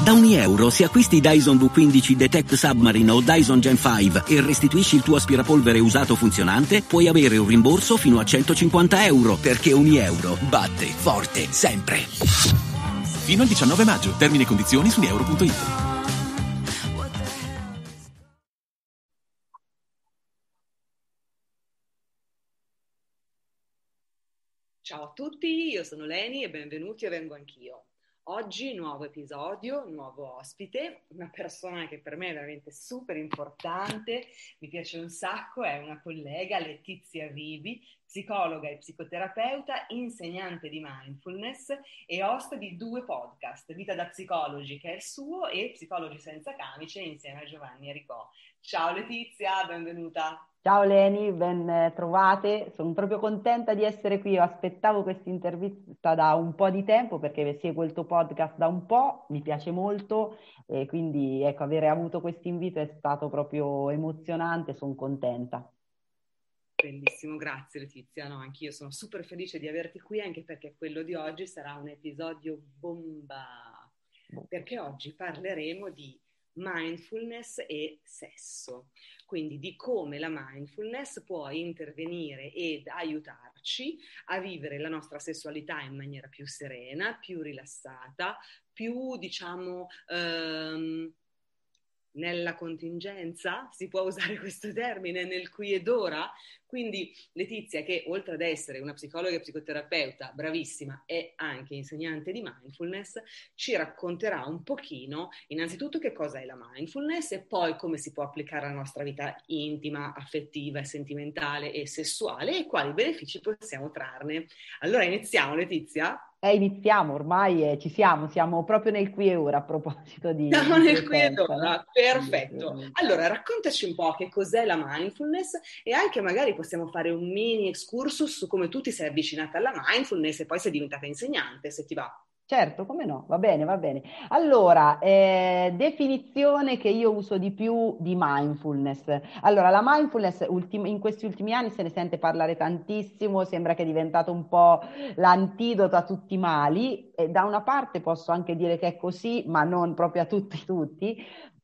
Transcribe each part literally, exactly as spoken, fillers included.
Da ogni euro, se acquisti Dyson V quindici Detect Submarine o Dyson Gen cinque e restituisci il tuo aspirapolvere usato funzionante, puoi avere un rimborso fino a centocinquanta euro, perché ogni euro batte forte sempre. Fino al diciannove maggio. Termini e condizioni su euro punto it. Ciao a tutti, io sono Leni e benvenuti a Vengo Anch'io. Oggi nuovo episodio, nuovo ospite, una persona che per me è veramente super importante, mi piace un sacco, è una collega, Letizia Vivi, psicologa e psicoterapeuta, insegnante di mindfulness e host di due podcast, Vita da Psicologi, che è il suo, e Psicologi senza camice, insieme a Giovanni Enricò. Ciao Letizia, benvenuta. Ciao Leni, ben trovate. Sono proprio contenta di essere qui. Io aspettavo questa intervista da un po' di tempo perché seguo il tuo podcast da un po', mi piace molto e quindi ecco, avere avuto questo invito è stato proprio emozionante, sono contenta. Bellissimo, grazie Letizia. No, anch'io sono super felice di averti qui, anche perché quello di oggi sarà un episodio bomba, perché oggi parleremo di mindfulness e sesso, quindi di come la mindfulness può intervenire ed aiutarci a vivere la nostra sessualità in maniera più serena, più rilassata, più diciamo ehm, nella contingenza, si può usare questo termine, nel qui ed ora. Quindi Letizia, che oltre ad essere una psicologa e psicoterapeuta bravissima, è anche insegnante di mindfulness, ci racconterà un pochino innanzitutto che cosa è la mindfulness e poi come si può applicare alla nostra vita intima, affettiva, sentimentale e sessuale e quali benefici possiamo trarne. Allora iniziamo, Letizia? Eh, iniziamo, ormai eh, ci siamo, siamo proprio nel qui e ora a proposito di... Siamo di nel qui ed presenza, ora, no? perfetto. Allora raccontaci un po' che cos'è la mindfulness e anche magari possiamo fare un mini excursus su come tu ti sei avvicinata alla mindfulness e poi sei diventata insegnante, se ti va. Certo, come no, va bene, va bene. Allora, eh, definizione che io uso di più di mindfulness. Allora, la mindfulness ultim- in questi ultimi anni se ne sente parlare tantissimo, sembra che è diventato un po' l'antidoto a tutti i mali. E da una parte posso anche dire che è così, ma non proprio a tutti tutti.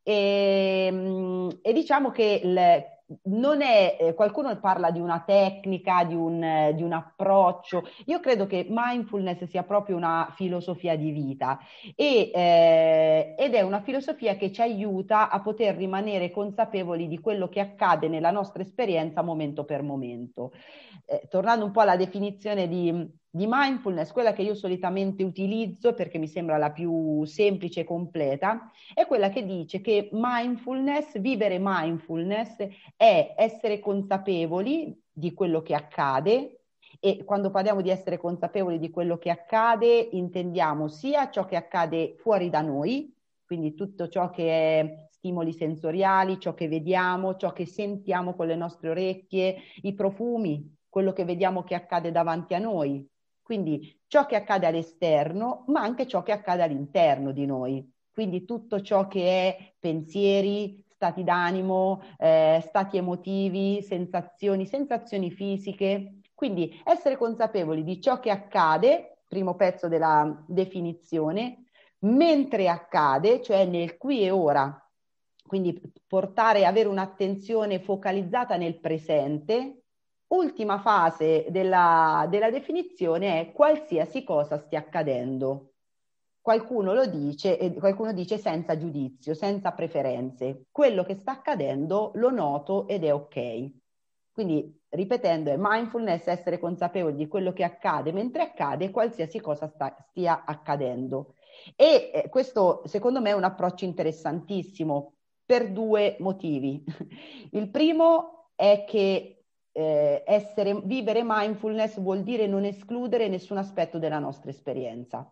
E, mm, e diciamo che il, non è, eh, qualcuno parla di una tecnica, di un, eh, di un approccio. Io credo che mindfulness sia proprio una filosofia di vita e, eh, ed è una filosofia che ci aiuta a poter rimanere consapevoli di quello che accade nella nostra esperienza momento per momento. Eh, tornando un po' alla definizione di di mindfulness, quella che io solitamente utilizzo perché mi sembra la più semplice e completa, è quella che dice che mindfulness, vivere mindfulness è essere consapevoli di quello che accade. E quando parliamo di essere consapevoli di quello che accade, intendiamo sia ciò che accade fuori da noi, quindi tutto ciò che è stimoli sensoriali, ciò che vediamo, ciò che sentiamo con le nostre orecchie, i profumi, quello che vediamo che accade davanti a noi. Quindi ciò che accade all'esterno, ma anche ciò che accade all'interno di noi. Quindi tutto ciò che è pensieri, stati d'animo, eh, stati emotivi, sensazioni, sensazioni fisiche. Quindi essere consapevoli di ciò che accade, primo pezzo della definizione, mentre accade, cioè nel qui e ora. Quindi portare, avere un'attenzione focalizzata nel presente. Ultima fase della, della definizione è qualsiasi cosa stia accadendo. Qualcuno lo dice e qualcuno dice senza giudizio, senza preferenze. Quello che sta accadendo lo noto ed è ok. Quindi, ripetendo, è mindfulness, essere consapevoli di quello che accade mentre accade, qualsiasi cosa sta, stia accadendo. E eh, questo, secondo me, è un approccio interessantissimo per due motivi. Il primo è che Eh, essere, vivere mindfulness vuol dire non escludere nessun aspetto della nostra esperienza.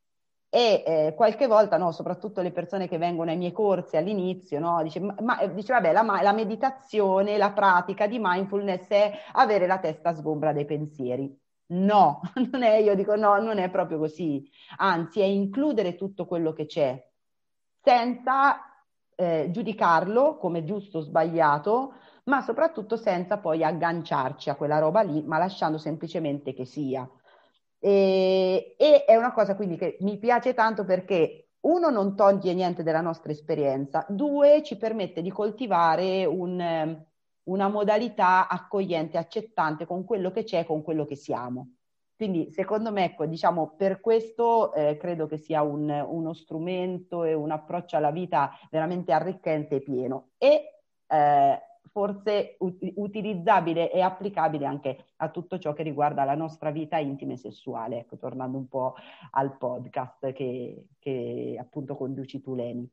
E eh, qualche volta, no, soprattutto le persone che vengono ai miei corsi all'inizio, no, dice, ma, ma, dice vabbè, la, la meditazione, la pratica di mindfulness è avere la testa sgombra dai pensieri. No, non è, io dico no, non è proprio così. Anzi, è includere tutto quello che c'è, senza eh, giudicarlo come giusto o sbagliato, ma soprattutto senza poi agganciarci a quella roba lì, ma lasciando semplicemente che sia. E, e è una cosa quindi che mi piace tanto perché uno, non toglie niente della nostra esperienza, due, ci permette di coltivare un, una modalità accogliente, accettante con quello che c'è, con quello che siamo. Quindi secondo me, ecco, diciamo, per questo eh, credo che sia un, uno strumento e un approccio alla vita veramente arricchente e pieno e eh, forse ut- utilizzabile e applicabile anche a tutto ciò che riguarda la nostra vita intima e sessuale, ecco, tornando un po' al podcast che, che appunto conduci tu, Leni.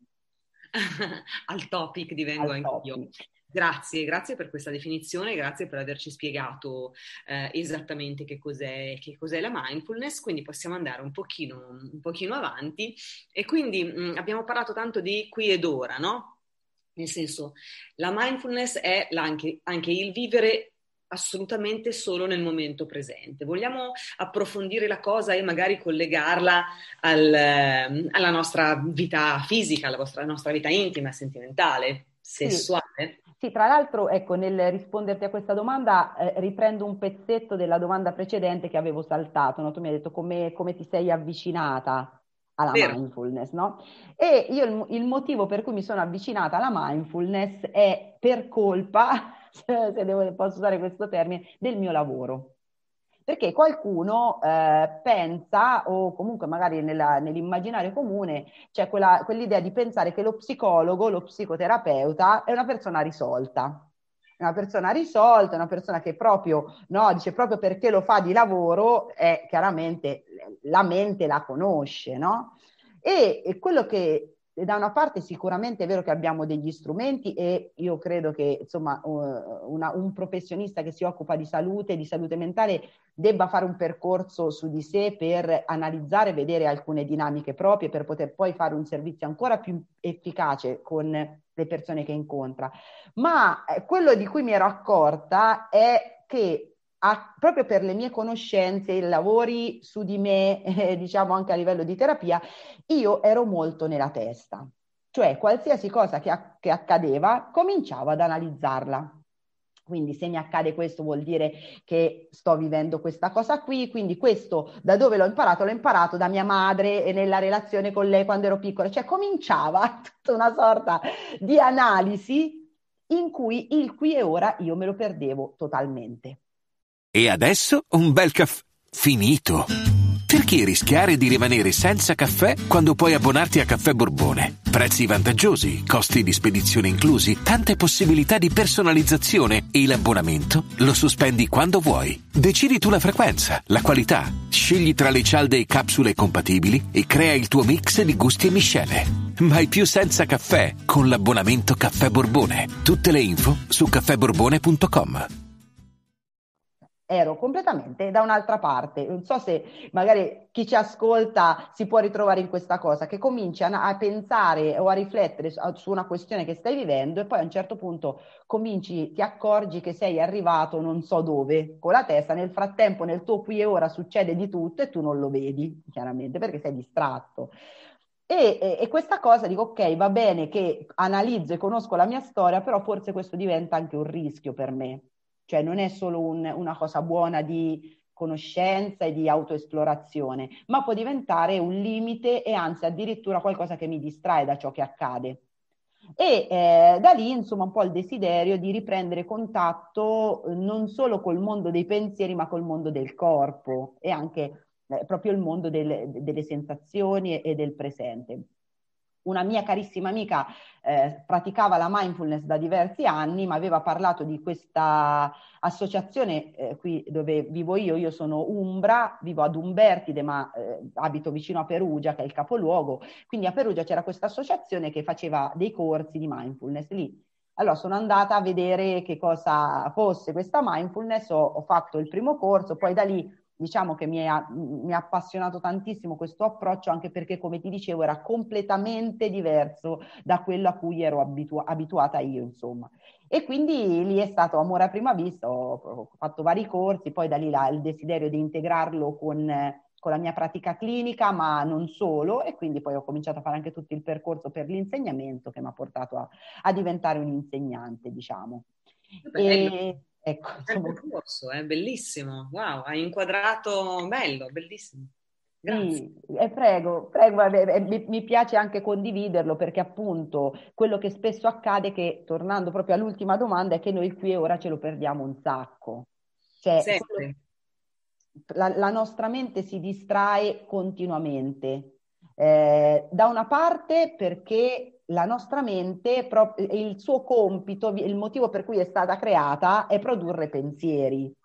Al topic divengo Al anch'io. topic. Grazie, grazie per questa definizione, grazie per averci spiegato eh, esattamente che cos'è, che cos'è la mindfulness, quindi possiamo andare un pochino, un pochino avanti e quindi mh, abbiamo parlato tanto di qui ed ora, no? Nel senso, la mindfulness è anche, anche il vivere assolutamente solo nel momento presente. Vogliamo approfondire la cosa e magari collegarla al, alla nostra vita fisica, alla vostra, alla nostra vita intima, sentimentale, sessuale? Sì. Sì, tra l'altro, ecco, nel risponderti a questa domanda eh, riprendo un pezzetto della domanda precedente che avevo saltato, no? Tu mi hai detto come, come ti sei avvicinata alla Vero. mindfulness, no? E io il, il motivo per cui mi sono avvicinata alla mindfulness è per colpa, se devo, posso usare questo termine, del mio lavoro. Perché qualcuno eh, pensa, o comunque magari nella, nell'immaginario comune, c'è quella, quell'idea di pensare che lo psicologo, lo psicoterapeuta, è una persona risolta. È una persona risolta, è una persona che proprio, no, dice proprio perché lo fa di lavoro, è chiaramente la mente la conosce, no? E, e quello che da una parte sicuramente è vero che abbiamo degli strumenti e io credo che insomma una, un professionista che si occupa di salute, di salute mentale debba fare un percorso su di sé per analizzare, vedere alcune dinamiche proprie per poter poi fare un servizio ancora più efficace con le persone che incontra. Ma eh, quello di cui mi ero accorta è che a, proprio per le mie conoscenze, i lavori su di me, eh, diciamo anche a livello di terapia, io ero molto nella testa. Cioè qualsiasi cosa che, a- che accadeva, cominciavo ad analizzarla. Quindi se mi accade questo vuol dire che sto vivendo questa cosa qui, quindi questo da dove l'ho imparato? L'ho imparato da mia madre e nella relazione con lei quando ero piccola, cioè cominciava tutta una sorta di analisi in cui il qui e ora io me lo perdevo totalmente. E adesso un bel caffè finito. Perché rischiare di rimanere senza caffè quando puoi abbonarti a Caffè Borbone? Prezzi vantaggiosi, costi di spedizione inclusi, tante possibilità di personalizzazione e l'abbonamento lo sospendi quando vuoi. Decidi tu la frequenza, la qualità, scegli tra le cialde e capsule compatibili e crea il tuo mix di gusti e miscele. Mai più senza caffè con l'abbonamento Caffè Borbone. Tutte le info su caffè borbone punto com. Ero completamente da un'altra parte. Non so se magari chi ci ascolta si può ritrovare in questa cosa, che cominci a, a pensare o a riflettere su, su una questione che stai vivendo e poi a un certo punto cominci, ti accorgi che sei arrivato non so dove con la testa, nel frattempo nel tuo qui e ora succede di tutto e tu non lo vedi, chiaramente, perché sei distratto. E, e, e questa cosa dico, ok, va bene che analizzo e conosco la mia storia, però forse questo diventa anche un rischio per me. Cioè non è solo un, una cosa buona di conoscenza e di autoesplorazione, ma può diventare un limite e anzi addirittura qualcosa che mi distrae da ciò che accade. E eh, da lì insomma un po' il desiderio di riprendere contatto eh, non solo col mondo dei pensieri ma col mondo del corpo e anche eh, proprio il mondo del, delle sensazioni e, e del presente. Una mia carissima amica eh, praticava la mindfulness da diversi anni, ma aveva parlato di questa associazione eh, qui dove vivo io. Io sono umbra, vivo ad Umbertide, ma eh, abito vicino a Perugia, che è il capoluogo. Quindi a Perugia c'era questa associazione che faceva dei corsi di mindfulness lì. Allora sono andata a vedere che cosa fosse questa mindfulness, ho, ho fatto il primo corso, poi da lì diciamo che mi ha, mi ha appassionato tantissimo questo approccio, anche perché, come ti dicevo, era completamente diverso da quello a cui ero abitu- abituata io, insomma. E quindi lì è stato amore a prima vista, ho, ho fatto vari corsi, poi da lì la, il desiderio di integrarlo con, eh, con la mia pratica clinica, ma non solo, e quindi poi ho cominciato a fare anche tutto il percorso per l'insegnamento che mi ha portato a, a diventare un insegnante, diciamo. Bello. E ecco, insomma, Bel percorso, è bellissimo. Wow, hai inquadrato, bello, bellissimo. Grazie. Sì, e prego, prego, vabbè, e mi, mi piace anche condividerlo perché appunto quello che spesso accade, che tornando proprio all'ultima domanda, è che noi qui e ora ce lo perdiamo un sacco. Cioè, quello- Sempre. la, la nostra mente si distrae continuamente. Eh, da una parte perché la nostra mente, pro- il suo compito, il motivo per cui è stata creata è produrre pensieri.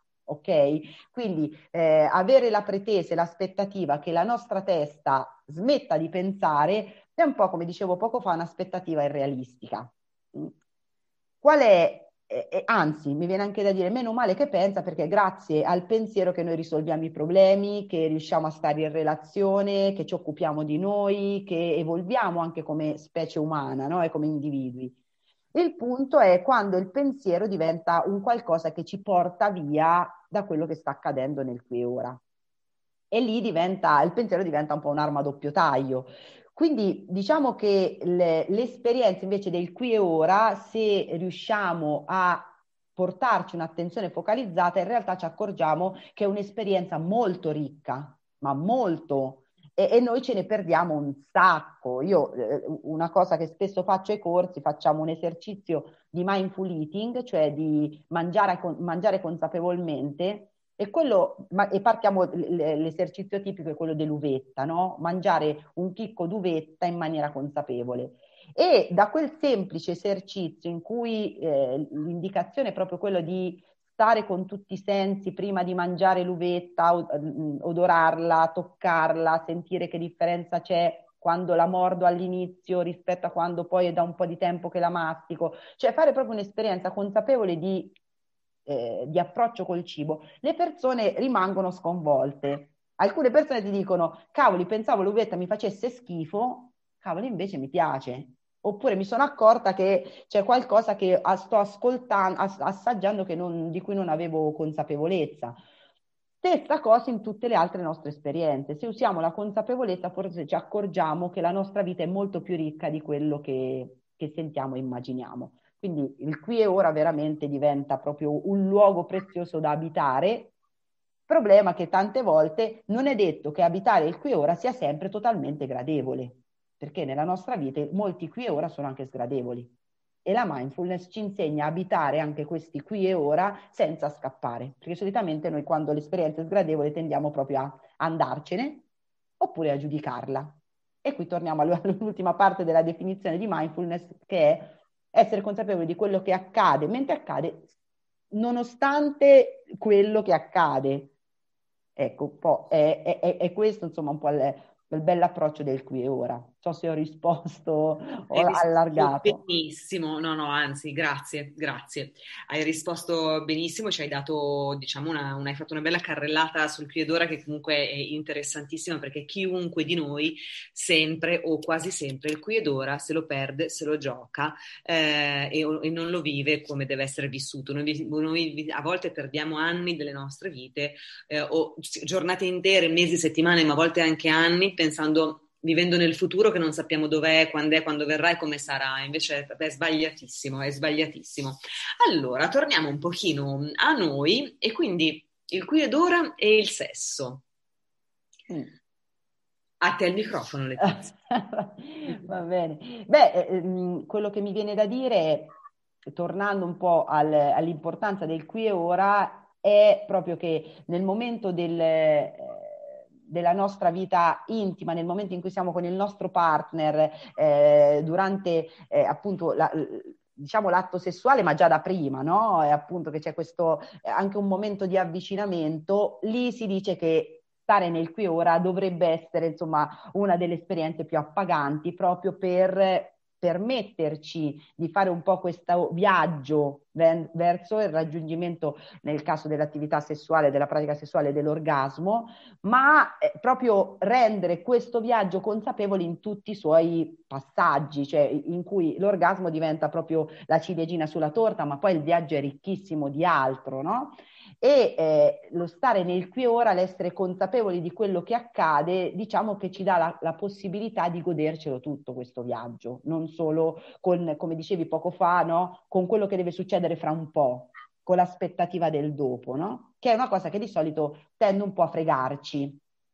Ok? Quindi eh, avere la pretesa e l'aspettativa che la nostra testa smetta di pensare è un po', come dicevo poco fa, un'aspettativa irrealistica. Mm. Qual è, eh, eh, anzi, mi viene anche da dire, meno male che pensa, perché è grazie al pensiero che noi risolviamo i problemi, che riusciamo a stare in relazione, che ci occupiamo di noi, che evolviamo anche come specie umana, no? E come individui. Il punto è quando il pensiero diventa un qualcosa che ci porta via da quello che sta accadendo nel qui e ora. E lì diventa, il pensiero diventa un po' un'arma a doppio taglio. Quindi diciamo che le, l'esperienza invece del qui e ora, se riusciamo a portarci un'attenzione focalizzata, in realtà ci accorgiamo che è un'esperienza molto ricca, ma molto, e, e noi ce ne perdiamo un sacco. Io eh, una cosa che spesso faccio ai corsi, facciamo un esercizio di mindful eating, cioè di mangiare, mangiare consapevolmente. E, quello, ma, e partiamo, l'esercizio tipico è quello dell'uvetta, no? Mangiare un chicco d'uvetta in maniera consapevole. E da quel semplice esercizio in cui eh, l'indicazione è proprio quello di stare con tutti i sensi prima di mangiare l'uvetta, odorarla, toccarla, sentire che differenza c'è quando la mordo all'inizio rispetto a quando poi è da un po' di tempo che la mastico, cioè fare proprio un'esperienza consapevole di Eh, di approccio col cibo, le persone rimangono sconvolte. Alcune persone ti dicono, cavoli, pensavo l'uvetta mi facesse schifo, cavoli, invece mi piace. Oppure mi sono accorta che c'è qualcosa che sto ascoltando, assaggiando che non, di cui non avevo consapevolezza. Stessa cosa in tutte le altre nostre esperienze. Se usiamo la consapevolezza, forse ci accorgiamo che la nostra vita è molto più ricca di quello che, che sentiamo e immaginiamo. Quindi il qui e ora veramente diventa proprio un luogo prezioso da abitare. Problema che tante volte non è detto che abitare il qui e ora sia sempre totalmente gradevole, perché nella nostra vita molti qui e ora sono anche sgradevoli. E la mindfulness ci insegna a abitare anche questi qui e ora senza scappare, perché solitamente noi quando l'esperienza è sgradevole tendiamo proprio a andarcene oppure a giudicarla. E qui torniamo all'ultima parte della definizione di mindfulness, che è essere consapevoli di quello che accade mentre accade, nonostante quello che accade. Ecco, un po' è, è, è questo insomma un po' il, il bell'approccio del qui e ora. Non so se ho risposto o Hai risposto allargato. benissimo, no, no, anzi, grazie, grazie. Hai risposto benissimo, ci hai dato, diciamo, una, una- hai fatto una bella carrellata sul qui ed ora che comunque è interessantissima perché chiunque di noi sempre o quasi sempre il qui ed ora se lo perde, se lo gioca eh, e, e non lo vive come deve essere vissuto. Noi, vi- noi vi- a volte perdiamo anni delle nostre vite eh, o giornate intere, mesi, settimane, ma a volte anche anni pensando vivendo nel futuro che non sappiamo dov'è, quando è, quando verrà e come sarà. Invece è, è sbagliatissimo, è sbagliatissimo. Allora, torniamo un pochino a noi e quindi il qui ed ora e il sesso. Mm. A te il microfono, Letizia. Va bene. Beh, eh, quello che mi viene da dire, tornando un po' al- all'importanza del qui e ora, è proprio che nel momento del, eh, della nostra vita intima, nel momento in cui siamo con il nostro partner, eh, durante eh, appunto la, diciamo l'atto sessuale, ma già da prima, no? E appunto che c'è questo anche un momento di avvicinamento, lì si dice che stare nel qui e ora dovrebbe essere insomma una delle esperienze più appaganti proprio per permetterci di fare un po' questo viaggio ven- verso il raggiungimento, nel caso dell'attività sessuale, della pratica sessuale, dell'orgasmo, ma eh, proprio rendere questo viaggio consapevole in tutti i suoi passaggi, cioè in cui l'orgasmo diventa proprio la ciliegina sulla torta, ma poi il viaggio è ricchissimo di altro, no? E eh, lo stare nel qui e ora, l'essere consapevoli di quello che accade, diciamo che ci dà la, la possibilità di godercelo tutto questo viaggio, non solo con, come dicevi poco fa, no? Con quello che deve succedere fra un po', con l'aspettativa del dopo, no? Che è una cosa che di solito tende un po' a fregarci.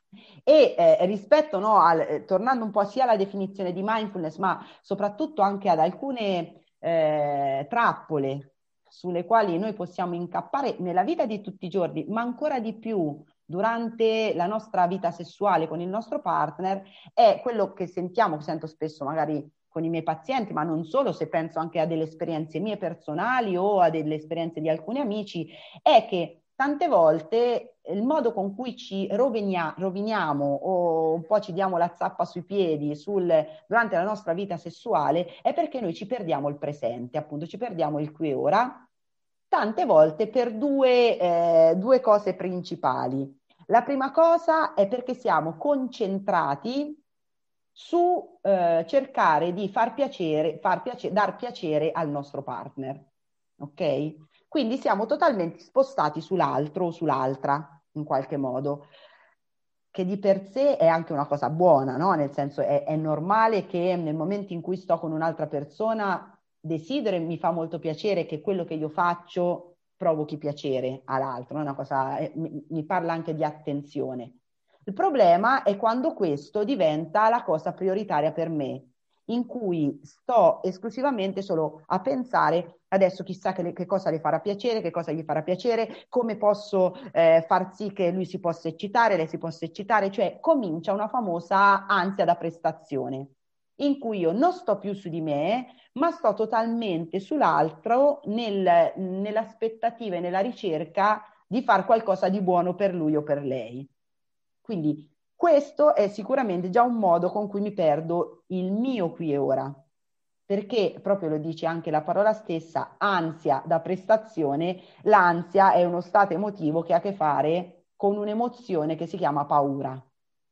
E eh, rispetto, no, al, eh, tornando un po' sia alla definizione di mindfulness, ma soprattutto anche ad alcune eh, trappole sulle quali noi possiamo incappare nella vita di tutti i giorni, ma ancora di più durante la nostra vita sessuale con il nostro partner, è quello che sentiamo, che sento spesso magari con i miei pazienti, ma non solo, se penso anche a delle esperienze mie personali o a delle esperienze di alcuni amici, è che tante volte il modo con cui ci rovenia, roviniamo o un po' ci diamo la zappa sui piedi sul, durante la nostra vita sessuale è perché noi ci perdiamo il presente, appunto ci perdiamo il qui e ora, tante volte per due, eh, due cose principali. La prima cosa è perché siamo concentrati su eh, cercare di far piacere, far piacere, dar piacere al nostro partner, ok? Quindi siamo totalmente spostati sull'altro o sull'altra, in qualche modo, che di per sé è anche una cosa buona, no? Nel senso è, è normale che nel momento in cui sto con un'altra persona desidero e mi fa molto piacere che quello che io faccio provochi piacere all'altro, no? È una cosa, eh, mi, mi parla anche di attenzione. Il problema è quando questo diventa la cosa prioritaria per me, in cui sto esclusivamente solo a pensare adesso chissà che, le, che cosa le farà piacere, che cosa gli farà piacere, come posso eh, far sì che lui si possa eccitare, lei si possa eccitare, cioè comincia una famosa ansia da prestazione, in cui io non sto più su di me, ma sto totalmente sull'altro nel, nell'aspettativa e nella ricerca di fare qualcosa di buono per lui o per lei. Quindi questo è sicuramente già un modo con cui mi perdo il mio qui e ora, perché proprio lo dice anche la parola stessa, ansia da prestazione, l'ansia è uno stato emotivo che ha a che fare con un'emozione che si chiama paura.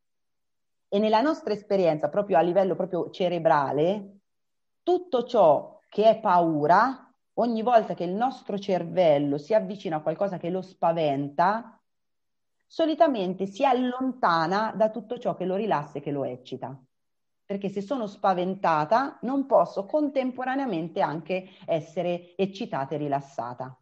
E nella nostra esperienza, proprio a livello proprio cerebrale, tutto ciò che è paura, ogni volta che il nostro cervello si avvicina a qualcosa che lo spaventa, solitamente si allontana da tutto ciò che lo rilassa e che lo eccita. Perché se sono spaventata non posso contemporaneamente anche essere eccitata e rilassata.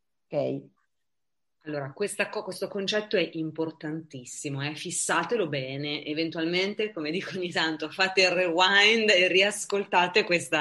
Ok? Allora, questa, questo concetto è importantissimo, eh? Fissatelo bene, eventualmente, come dico ogni tanto, fate il rewind e riascoltate questa,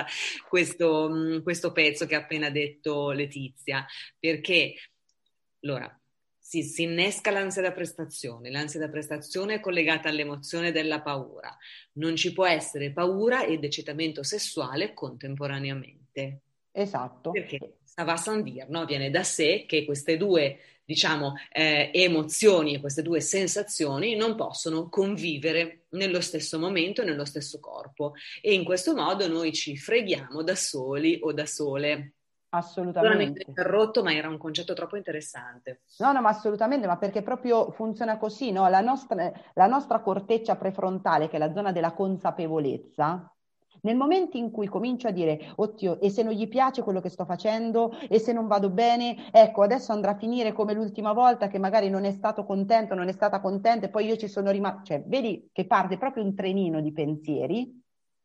questo, questo pezzo che ha appena detto Letizia, perché, allora, si, si innesca l'ansia da prestazione, l'ansia da prestazione è collegata all'emozione della paura, non ci può essere paura ed eccitamento sessuale contemporaneamente. Esatto. Perché ça va sans dire, no? Viene da sé che queste due, diciamo, eh, emozioni e queste due sensazioni non possono convivere nello stesso momento e nello stesso corpo. E in questo modo noi ci freghiamo da soli o da sole. Assolutamente. Ho interrotto, ma era un concetto troppo interessante. No, no, ma assolutamente, ma perché proprio funziona così, no? La nostra, la nostra corteccia prefrontale, che è la zona della consapevolezza, nel momento in cui comincio a dire, oddio, e se non gli piace quello che sto facendo, e se non vado bene, ecco, adesso andrà a finire come l'ultima volta che magari non è stato contento, non è stata contenta, e poi io ci sono rimasta, cioè, vedi che parte proprio un trenino di pensieri,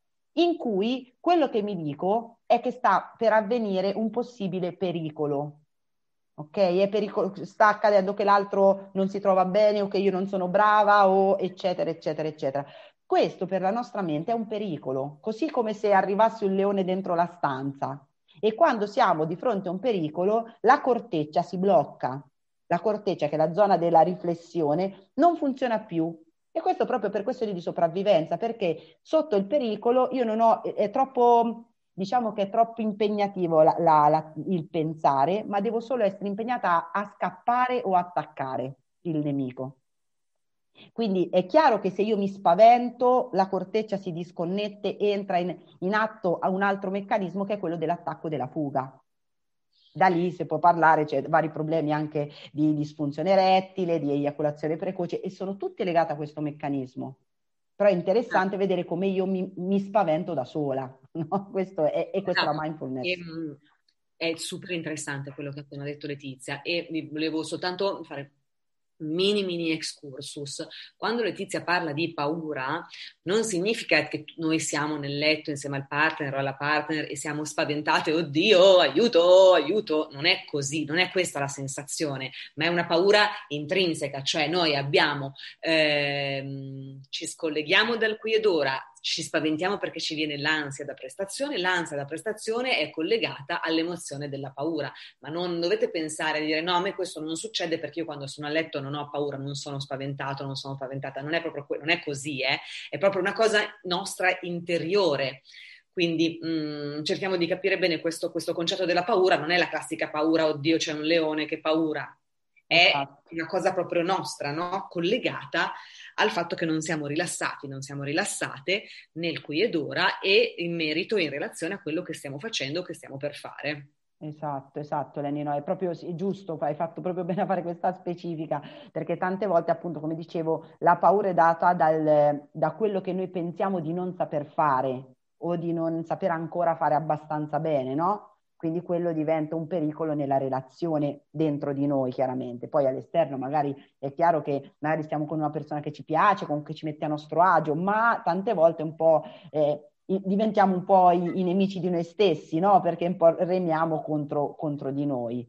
in cui quello che mi dico è che sta per avvenire un possibile pericolo. Ok, è pericolo, sta accadendo che l'altro non si trova bene o che io non sono brava o eccetera eccetera eccetera. Questo per la nostra mente è un pericolo, così come se arrivasse un leone dentro la stanza. E quando siamo di fronte a un pericolo, la corteccia si blocca. La corteccia, che è la zona della riflessione, non funziona più. E questo proprio per questioni di sopravvivenza, perché sotto il pericolo io non ho, è troppo... Diciamo che è troppo impegnativo la, la, la, il pensare, ma devo solo essere impegnata a, a scappare o attaccare il nemico. Quindi è chiaro che se io mi spavento, la corteccia si disconnette e entra in, in atto a un altro meccanismo che è quello dell'attacco e della fuga. Da lì si può parlare, c'è vari problemi anche di disfunzione erettile, di eiaculazione precoce, e sono tutti legati a questo meccanismo. Però è interessante ah. vedere come io mi, mi spavento da sola, no? Questo è, e questa esatto. è la mindfulness. E, è super interessante quello che ha appena detto Letizia, e vi volevo soltanto fare mini mini excursus. Quando Letizia parla di paura, non significa che noi siamo nel letto insieme al partner o alla partner e siamo spaventate, oddio, aiuto, aiuto. Non è così, non è questa la sensazione, ma è una paura intrinseca, cioè noi abbiamo, ehm, ci scolleghiamo dal qui ed ora, ci spaventiamo perché ci viene l'ansia da prestazione, l'ansia da prestazione è collegata all'emozione della paura, ma non dovete pensare a dire no, a me questo non succede perché io quando sono a letto non ho paura, non sono spaventato, non sono spaventata, non è proprio non è così, eh? È proprio una cosa nostra interiore. Quindi mh, cerchiamo di capire bene questo, questo concetto della paura, non è la classica paura, oddio c'è un leone, che paura, è Esatto. una cosa proprio nostra, no? Collegata al fatto che non siamo rilassati, non siamo rilassate nel qui ed ora e in merito in relazione a quello che stiamo facendo, che stiamo per fare. Esatto, esatto, Lenny, no, è proprio sì, giusto, hai fatto proprio bene a fare questa specifica, perché tante volte, appunto, come dicevo, la paura è data dal, da quello che noi pensiamo di non saper fare o di non saper ancora fare abbastanza bene, no? Quindi quello diventa un pericolo nella relazione dentro di noi, chiaramente. Poi all'esterno magari è chiaro che magari stiamo con una persona che ci piace, con cui ci mette a nostro agio, ma tante volte un po'... Eh, diventiamo un po' i, i nemici di noi stessi, no? Perché un po' remiamo contro, contro di noi.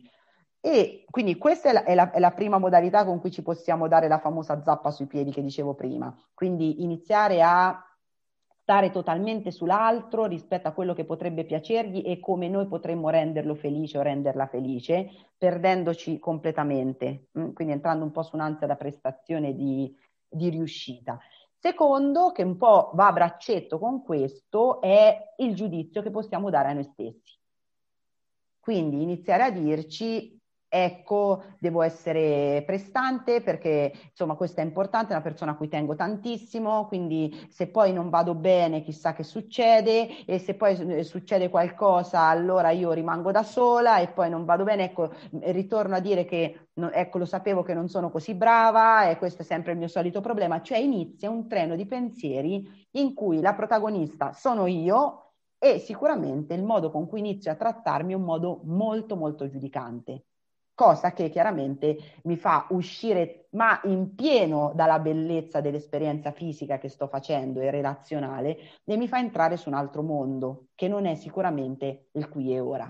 E quindi questa è la, è, la, è la prima modalità con cui ci possiamo dare la famosa zappa sui piedi che dicevo prima. Quindi iniziare a stare totalmente sull'altro rispetto a quello che potrebbe piacergli e come noi potremmo renderlo felice o renderla felice, perdendoci completamente, quindi entrando un po' su un'ansia da prestazione di, di riuscita. Secondo, che un po' va a braccetto con questo, è il giudizio che possiamo dare a noi stessi. Quindi iniziare a dirci, ecco, devo essere prestante perché, insomma, questo è importante, è una persona a cui tengo tantissimo, quindi se poi non vado bene chissà che succede, e se poi succede qualcosa allora io rimango da sola e poi non vado bene, ecco, ritorno a dire che, ecco, lo sapevo che non sono così brava e questo è sempre il mio solito problema, cioè inizia un treno di pensieri in cui la protagonista sono io e sicuramente il modo con cui inizio a trattarmi è un modo molto molto giudicante. Cosa che chiaramente mi fa uscire, ma in pieno dalla bellezza dell'esperienza fisica che sto facendo e relazionale, e mi fa entrare su un altro mondo, che non è sicuramente il qui e ora.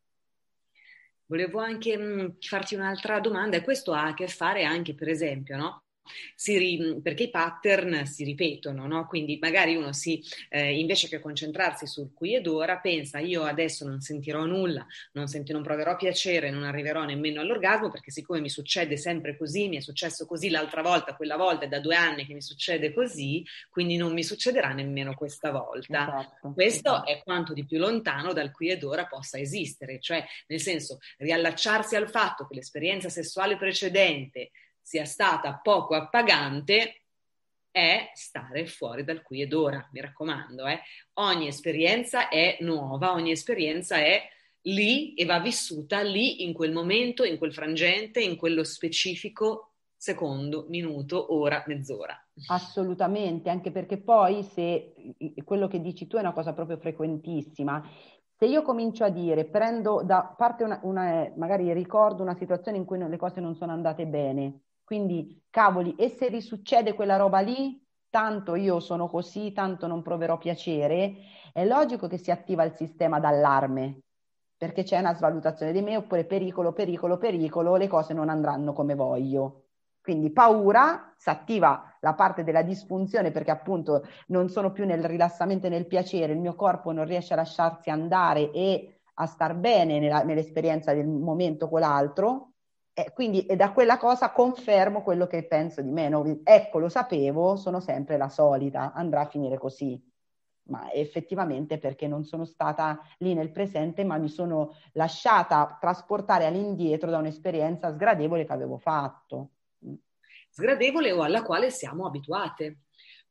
Volevo anche mh, farti un'altra domanda, e questo ha a che fare anche, per esempio, no? Si ri, perché i pattern si ripetono, no? Quindi magari uno si, eh, invece che concentrarsi sul qui ed ora, pensa io adesso non sentirò nulla, non, senti, non proverò piacere, non arriverò nemmeno all'orgasmo perché siccome mi succede sempre così, mi è successo così l'altra volta, quella volta è da due anni che mi succede così, quindi non mi succederà nemmeno questa volta. Esatto, Questo esatto. è quanto di più lontano dal qui ed ora possa esistere, cioè nel senso riallacciarsi al fatto che l'esperienza sessuale precedente sia stata poco appagante è stare fuori dal qui ed ora, mi raccomando, eh. Ogni esperienza è nuova, ogni esperienza è lì e va vissuta lì, in quel momento, in quel frangente, in quello specifico secondo, minuto, ora, mezz'ora. Assolutamente, anche perché poi se quello che dici tu è una cosa proprio frequentissima, se io comincio a dire, prendo da parte una, una magari ricordo una situazione in cui le cose non sono andate bene, quindi cavoli, e se risuccede quella roba lì, tanto io sono così, tanto non proverò piacere, è logico che si attiva il sistema d'allarme, perché c'è una svalutazione di me, oppure pericolo, pericolo, pericolo, le cose non andranno come voglio. Quindi paura, si attiva la parte della disfunzione perché appunto non sono più nel rilassamento e nel piacere, il mio corpo non riesce a lasciarsi andare e a star bene nella, nell'esperienza del momento con l'altro, e quindi e da quella cosa confermo quello che penso di me, no? Ecco, lo sapevo, sono sempre la solita, andrà a finire così. Ma effettivamente perché non sono stata lì nel presente, ma mi sono lasciata trasportare all'indietro da un'esperienza sgradevole che avevo fatto. Sgradevole o alla quale siamo abituate.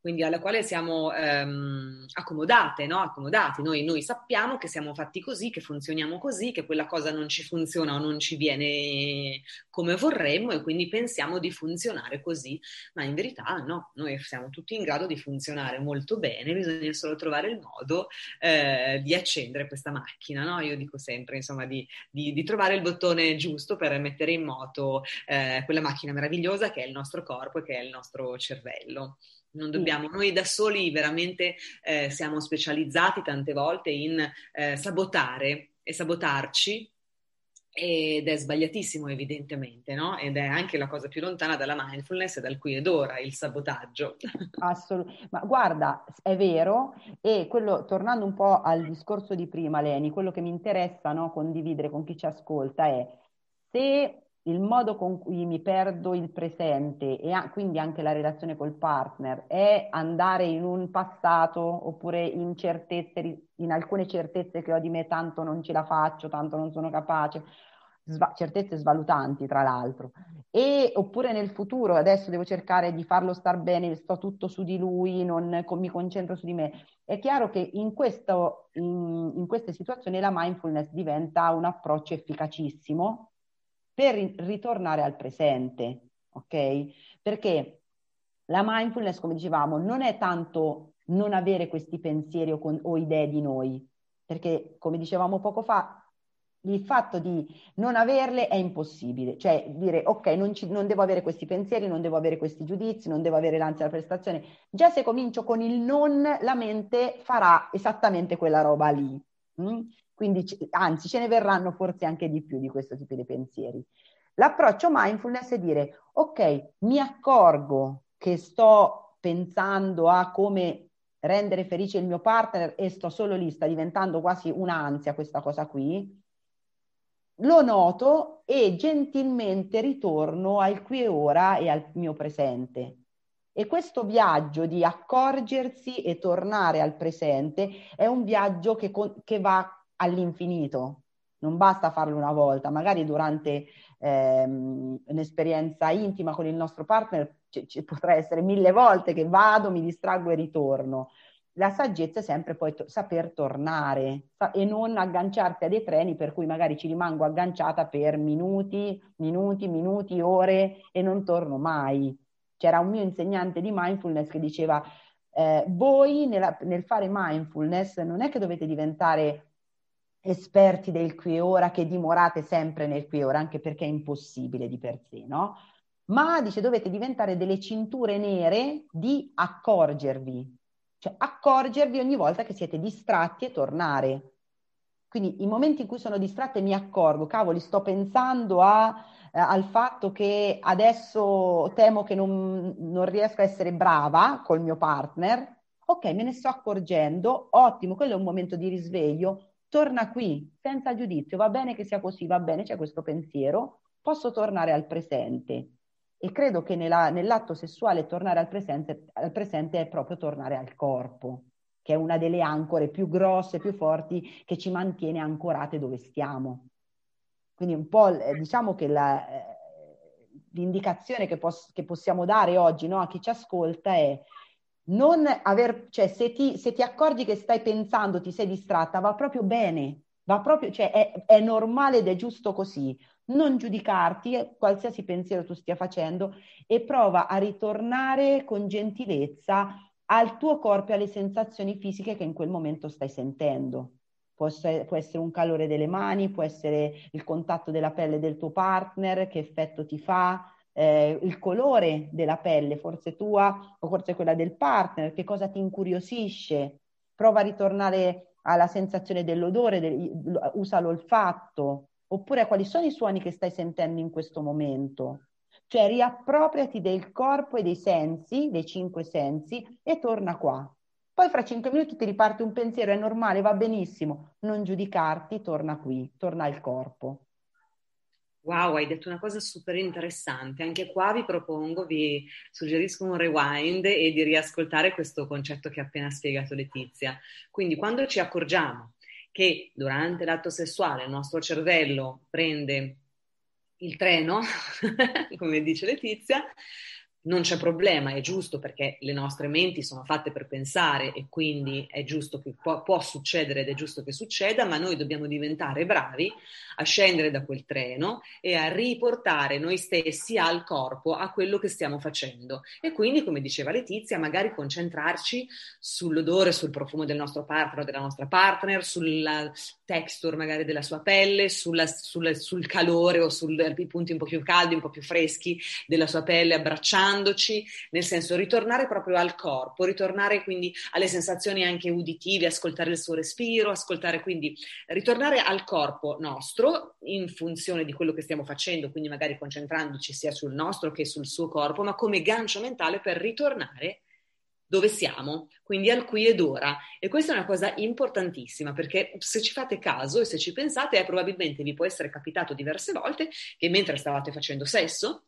quindi alla quale siamo ehm, accomodate, no? Accomodati. Noi, noi sappiamo che siamo fatti così, che funzioniamo così, che quella cosa non ci funziona o non ci viene come vorremmo e quindi pensiamo di funzionare così, ma in verità no, noi siamo tutti in grado di funzionare molto bene, bisogna solo trovare il modo eh, di accendere questa macchina, no? Io dico sempre, insomma, di, di, di trovare il bottone giusto per mettere in moto eh, quella macchina meravigliosa che è il nostro corpo e che è il nostro cervello. Non dobbiamo, noi da soli veramente eh, siamo specializzati tante volte in eh, sabotare e sabotarci ed è sbagliatissimo evidentemente, no? Ed è anche la cosa più lontana dalla mindfulness e dal qui ed ora, il sabotaggio. Assolutamente, ma guarda, è vero, e quello, tornando un po' al discorso di prima, Leni, quello che mi interessa, no, condividere con chi ci ascolta è se il modo con cui mi perdo il presente e a- quindi anche la relazione col partner è andare in un passato oppure in certezze, ri- in alcune certezze che ho di me, tanto non ce la faccio, tanto non sono capace, sva- certezze svalutanti tra l'altro, e oppure nel futuro adesso devo cercare di farlo star bene, sto tutto su di lui, non co- mi concentro su di me. È chiaro che in questo, in, in queste situazioni la mindfulness diventa un approccio efficacissimo per ri- ritornare al presente, ok? Perché la mindfulness, come dicevamo, non è tanto non avere questi pensieri o, con- o idee di noi, perché come dicevamo poco fa, il fatto di non averle è impossibile, cioè dire ok, non, ci- non devo avere questi pensieri, non devo avere questi giudizi, non devo avere l'ansia da prestazione. Già se comincio con il non, la mente farà esattamente quella roba lì. Mm? Quindi, c- anzi, ce ne verranno forse anche di più di questo tipo di pensieri. L'approccio mindfulness è dire, ok, mi accorgo che sto pensando a come rendere felice il mio partner e sto solo lì, sta diventando quasi un'ansia questa cosa qui, lo noto e gentilmente ritorno al qui e ora e al mio presente. E questo viaggio di accorgersi e tornare al presente è un viaggio che, che va all'infinito. Non basta farlo una volta, magari durante ehm, un'esperienza intima con il nostro partner ci, ci potrà essere mille volte che vado, mi distraggo e ritorno. La saggezza è sempre poi to- saper tornare sa- e non agganciarti a dei treni per cui magari ci rimango agganciata per minuti, minuti, minuti, ore e non torno mai. C'era un mio insegnante di mindfulness che diceva eh, voi nella, nel fare mindfulness non è che dovete diventare esperti del qui e ora, che dimorate sempre nel qui e ora, anche perché è impossibile di per sé, no? Ma dice dovete diventare delle cinture nere di accorgervi, cioè accorgervi ogni volta che siete distratti e tornare. Quindi i momenti in cui sono distratta e mi accorgo, cavoli, sto pensando a, eh, al fatto che adesso temo che non, non riesco a essere brava col mio partner, ok, me ne sto accorgendo, ottimo, quello è un momento di risveglio, torna qui, senza giudizio, va bene che sia così, va bene, c'è questo pensiero, posso tornare al presente. E credo che nella, nell'atto sessuale tornare al presente, al presente è proprio tornare al corpo, che è una delle ancore più grosse, più forti, che ci mantiene ancorate dove stiamo. Quindi un po' eh, diciamo che la, eh, l'indicazione che, pos- che possiamo dare oggi, no, a chi ci ascolta è non aver, cioè se ti, se ti accorgi che stai pensando, ti sei distratta, va proprio bene, va proprio, cioè è, è normale ed è giusto così. Non giudicarti, qualsiasi pensiero tu stia facendo, e prova a ritornare con gentilezza al tuo corpo e alle sensazioni fisiche che in quel momento stai sentendo. Può essere, può essere un calore delle mani, può essere il contatto della pelle del tuo partner, che effetto ti fa, eh, il colore della pelle, forse tua o forse quella del partner, che cosa ti incuriosisce. Prova a ritornare alla sensazione dell'odore, del, usa l'olfatto, oppure quali sono i suoni che stai sentendo in questo momento. Cioè riappropriati del corpo e dei sensi, dei cinque sensi, e torna qua. Poi fra cinque minuti ti riparte un pensiero, è normale, va benissimo. Non giudicarti, torna qui, torna al corpo. Wow, hai detto una cosa super interessante. Anche qua vi propongo, vi suggerisco un rewind e di riascoltare questo concetto che ha appena spiegato Letizia. Quindi quando ci accorgiamo che durante l'atto sessuale il nostro cervello prende il treno, come dice Letizia, non c'è problema, è giusto, perché le nostre menti sono fatte per pensare e quindi è giusto che può, può succedere ed è giusto che succeda, ma noi dobbiamo diventare bravi a scendere da quel treno e a riportare noi stessi al corpo, a quello che stiamo facendo. E quindi, come diceva Letizia, magari concentrarci sull'odore, sul profumo del nostro partner o della nostra partner, sulla texture magari della sua pelle, sulla, sulla, sul calore o sui punti un po' più caldi, un po' più freschi della sua pelle, abbracciandoci, nel senso ritornare proprio al corpo, ritornare quindi alle sensazioni anche uditive, ascoltare il suo respiro, ascoltare quindi, ritornare al corpo nostro in funzione di quello che stiamo facendo, quindi magari concentrandoci sia sul nostro che sul suo corpo, ma come gancio mentale per ritornare dove siamo, quindi al qui ed ora. E questa è una cosa importantissima, perché se ci fate caso e se ci pensate, eh, probabilmente vi può essere capitato diverse volte che mentre stavate facendo sesso,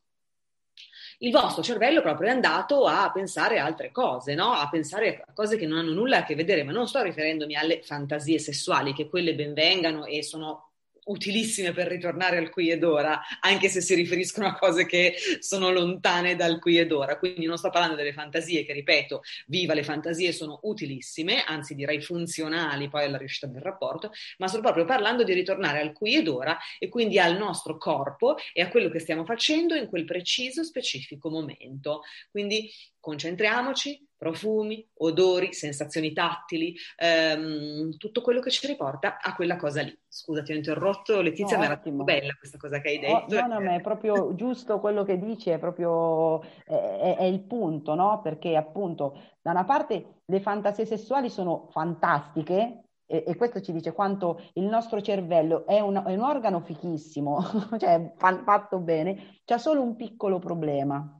il vostro cervello proprio è andato a pensare a altre cose, no? A pensare a cose che non hanno nulla a che vedere, ma non sto riferendomi alle fantasie sessuali, che quelle ben vengano e sono utilissime per ritornare al qui ed ora, anche se si riferiscono a cose che sono lontane dal qui ed ora. Quindi non sto parlando delle fantasie, che ripeto, viva, le fantasie sono utilissime, anzi direi funzionali poi alla riuscita del rapporto, ma sto proprio parlando di ritornare al qui ed ora e quindi al nostro corpo e a quello che stiamo facendo in quel preciso, specifico momento. Quindi concentriamoci, profumi, odori, sensazioni tattili, ehm, tutto quello che ci riporta a quella cosa lì. Scusa, ti ho interrotto, Letizia, No, ma era troppo ottimo. bella questa cosa che hai Oh, detto. no, no, ma è proprio giusto quello che dici, è proprio è, è- è il punto, no? Perché appunto da una parte le fantasie sessuali sono fantastiche e, e questo ci dice quanto il nostro cervello è un, è un organo fichissimo, cioè fa- fatto bene, c'è solo un piccolo problema,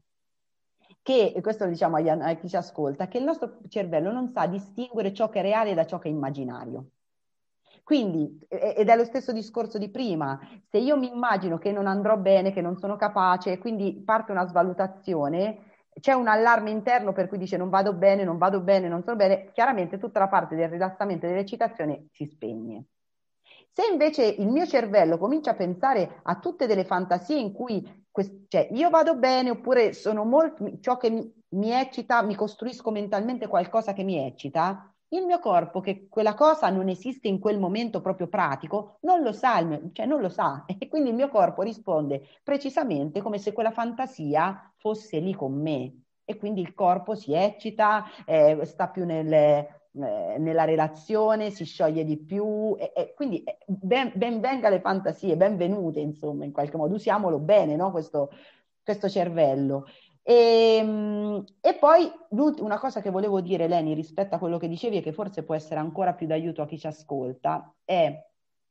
che, e questo lo diciamo agli- a chi ci ascolta, che il nostro cervello non sa distinguere ciò che è reale da ciò che è immaginario. Quindi, e- ed è lo stesso discorso di prima, se io mi immagino che non andrò bene, che non sono capace, quindi parte una svalutazione, c'è un allarme interno per cui dice non vado bene, non vado bene, non sono bene, chiaramente tutta la parte del rilassamento e dell'eccitazione si spegne. Se invece il mio cervello comincia a pensare a tutte delle fantasie in cui quest- cioè, io vado bene oppure sono molto, ciò che mi, mi eccita, mi costruisco mentalmente qualcosa che mi eccita, il mio corpo, che quella cosa non esiste in quel momento proprio pratico, non lo sa, il mio- cioè non lo sa. E quindi il mio corpo risponde precisamente come se quella fantasia fosse lì con me. E quindi il corpo si eccita, eh, sta più nelle eh, nella relazione, si scioglie di più e, e quindi eh, ben, ben venga le fantasie, benvenute insomma in qualche modo, usiamolo bene, no? questo, questo cervello. E, mh, e poi una cosa che volevo dire, Leni, rispetto a quello che dicevi e che forse può essere ancora più d'aiuto a chi ci ascolta, è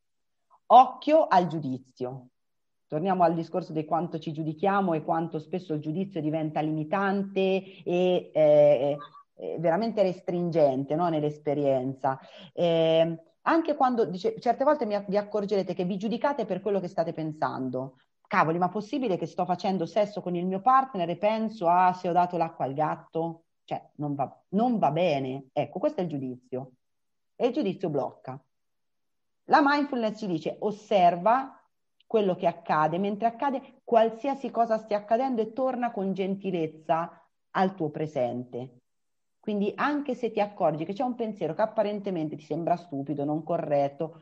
occhio al giudizio. Torniamo al discorso di quanto ci giudichiamo e quanto spesso il giudizio diventa limitante e eh, eh, veramente restringente, no, nell'esperienza. Eh, anche quando, dice, certe volte mi, vi accorgerete che vi giudicate per quello che state pensando. Cavoli, ma possibile che sto facendo sesso con il mio partner e penso a ah, se ho dato l'acqua al gatto? Cioè, non va, non va bene. Ecco, questo è il giudizio. E il giudizio blocca. La mindfulness ci dice osserva quello che accade, mentre accade qualsiasi cosa stia accadendo e torna con gentilezza al tuo presente. Quindi anche se ti accorgi che c'è un pensiero che apparentemente ti sembra stupido, non corretto,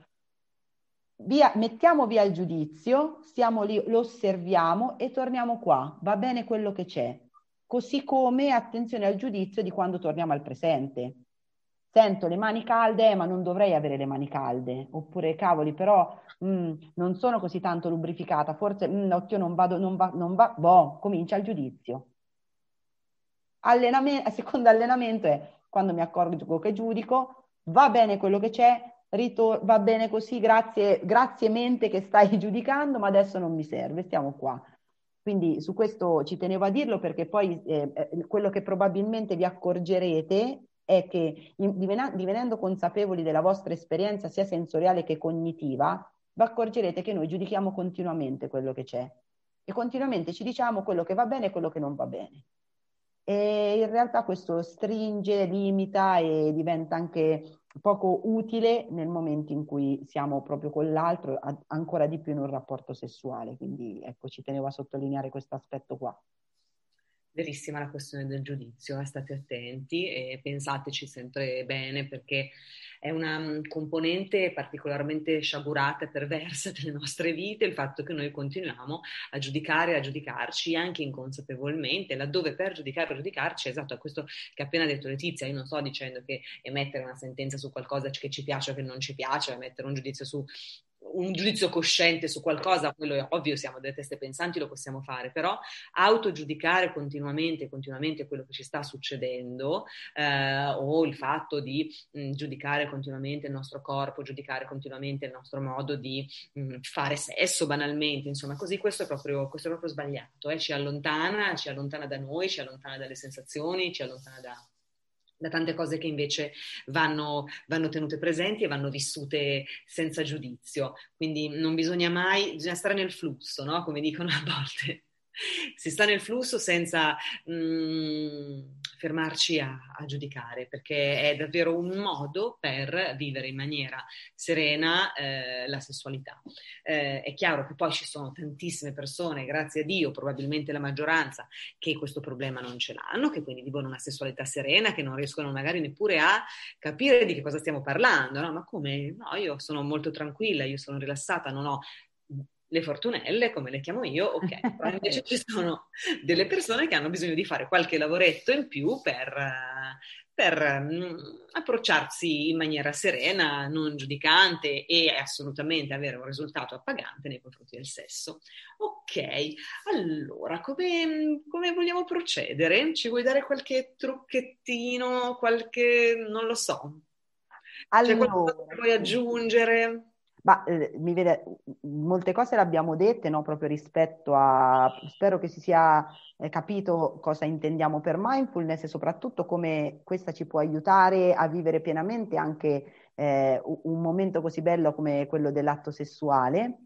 via, mettiamo via il giudizio, stiamo lì, lo osserviamo e torniamo qua, va bene quello che c'è. Così come attenzione al giudizio di quando torniamo al presente. Sento le mani calde, ma non dovrei avere le mani calde. Oppure, cavoli, però mh, non sono così tanto lubrificata, forse, mh, occhio, non vado, non va, non va. Boh, comincia il giudizio. Allenamento, secondo allenamento è quando mi accorgo che giudico, va bene quello che c'è, ritor- va bene così, grazie, grazie mente che stai giudicando, ma adesso non mi serve, stiamo qua. Quindi su questo ci tenevo a dirlo perché poi eh, quello che probabilmente vi accorgerete è che in, divena, divenendo consapevoli della vostra esperienza sia sensoriale che cognitiva, vi accorgerete che noi giudichiamo continuamente quello che c'è e continuamente ci diciamo quello che va bene e quello che non va bene. E in realtà questo stringe, limita e diventa anche poco utile nel momento in cui siamo proprio con l'altro, ancora di più in un rapporto sessuale. Quindi ecco, ci tenevo a sottolineare questo aspetto qua. Verissima la questione del giudizio, eh, state attenti e pensateci sempre bene, perché è una mm, componente particolarmente sciagurata e perversa delle nostre vite, il fatto che noi continuiamo a giudicare, a giudicarci anche inconsapevolmente, laddove per giudicare, per giudicarci, esatto, a questo che ha appena detto Letizia, io non sto dicendo che emettere una sentenza su qualcosa che ci piace o che non ci piace, o emettere un giudizio su un giudizio cosciente su qualcosa, quello è ovvio, siamo delle teste pensanti, lo possiamo fare, però autogiudicare continuamente, continuamente quello che ci sta succedendo, eh, o il fatto di mh, giudicare continuamente il nostro corpo, giudicare continuamente il nostro modo di mh, fare sesso banalmente, insomma, così questo è proprio, questo è proprio sbagliato, eh? Ci allontana, ci allontana da noi, ci allontana dalle sensazioni, ci allontana da da tante cose che invece vanno, vanno tenute presenti e vanno vissute senza giudizio. Quindi non bisogna mai, bisogna stare nel flusso, no? Come dicono a volte. Si sta nel flusso senza mh, fermarci a, a giudicare, perché è davvero un modo per vivere in maniera serena eh, la sessualità. Eh, è chiaro che poi ci sono tantissime persone, grazie a Dio, probabilmente la maggioranza, che questo problema non ce l'hanno, che quindi vivono una sessualità serena, che non riescono magari neppure a capire di che cosa stiamo parlando, no? Ma come? No, io sono molto tranquilla, io sono rilassata, non ho le fortunelle, come le chiamo io, ok, però invece ci sono delle persone che hanno bisogno di fare qualche lavoretto in più per, per mh, approcciarsi in maniera serena, non giudicante e assolutamente avere un risultato appagante nei confronti del sesso. Ok, allora, come, come vogliamo procedere? Ci vuoi dare qualche trucchettino, qualche, non lo so, c'è qualcosa Allora, che vuoi aggiungere? ma eh, mi vede, molte cose le abbiamo dette, no? Proprio rispetto a, spero che si sia eh, capito cosa intendiamo per mindfulness e soprattutto come questa ci può aiutare a vivere pienamente anche eh, un un momento così bello come quello dell'atto sessuale.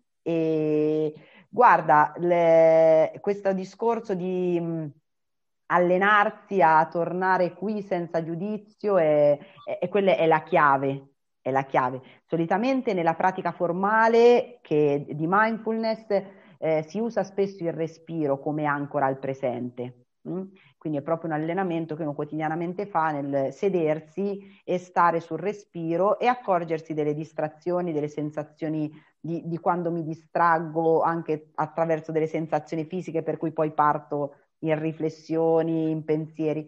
E guarda, le- questo discorso di mh, allenarsi a tornare qui senza giudizio è, è, è quella è la chiave, è la chiave. Solitamente nella pratica formale che, di mindfulness eh, si usa spesso il respiro come ancora al presente. Mm? Quindi è proprio un allenamento che uno quotidianamente fa nel sedersi e stare sul respiro e accorgersi delle distrazioni, delle sensazioni di, di quando mi distraggo anche attraverso delle sensazioni fisiche per cui poi parto in riflessioni, in pensieri.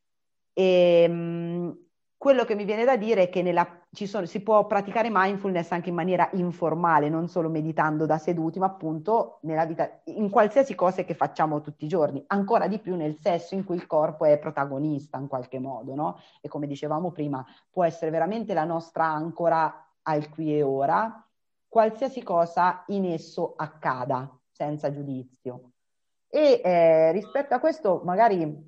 E, mh, quello che mi viene da dire è che nella, ci sono, si può praticare mindfulness anche in maniera informale, non solo meditando da seduti, ma appunto nella vita, in qualsiasi cosa che facciamo tutti i giorni, ancora di più nel sesso in cui il corpo è protagonista in qualche modo, no? E come dicevamo prima, può essere veramente la nostra ancora al qui e ora, qualsiasi cosa in esso accada, senza giudizio. E eh, rispetto a questo magari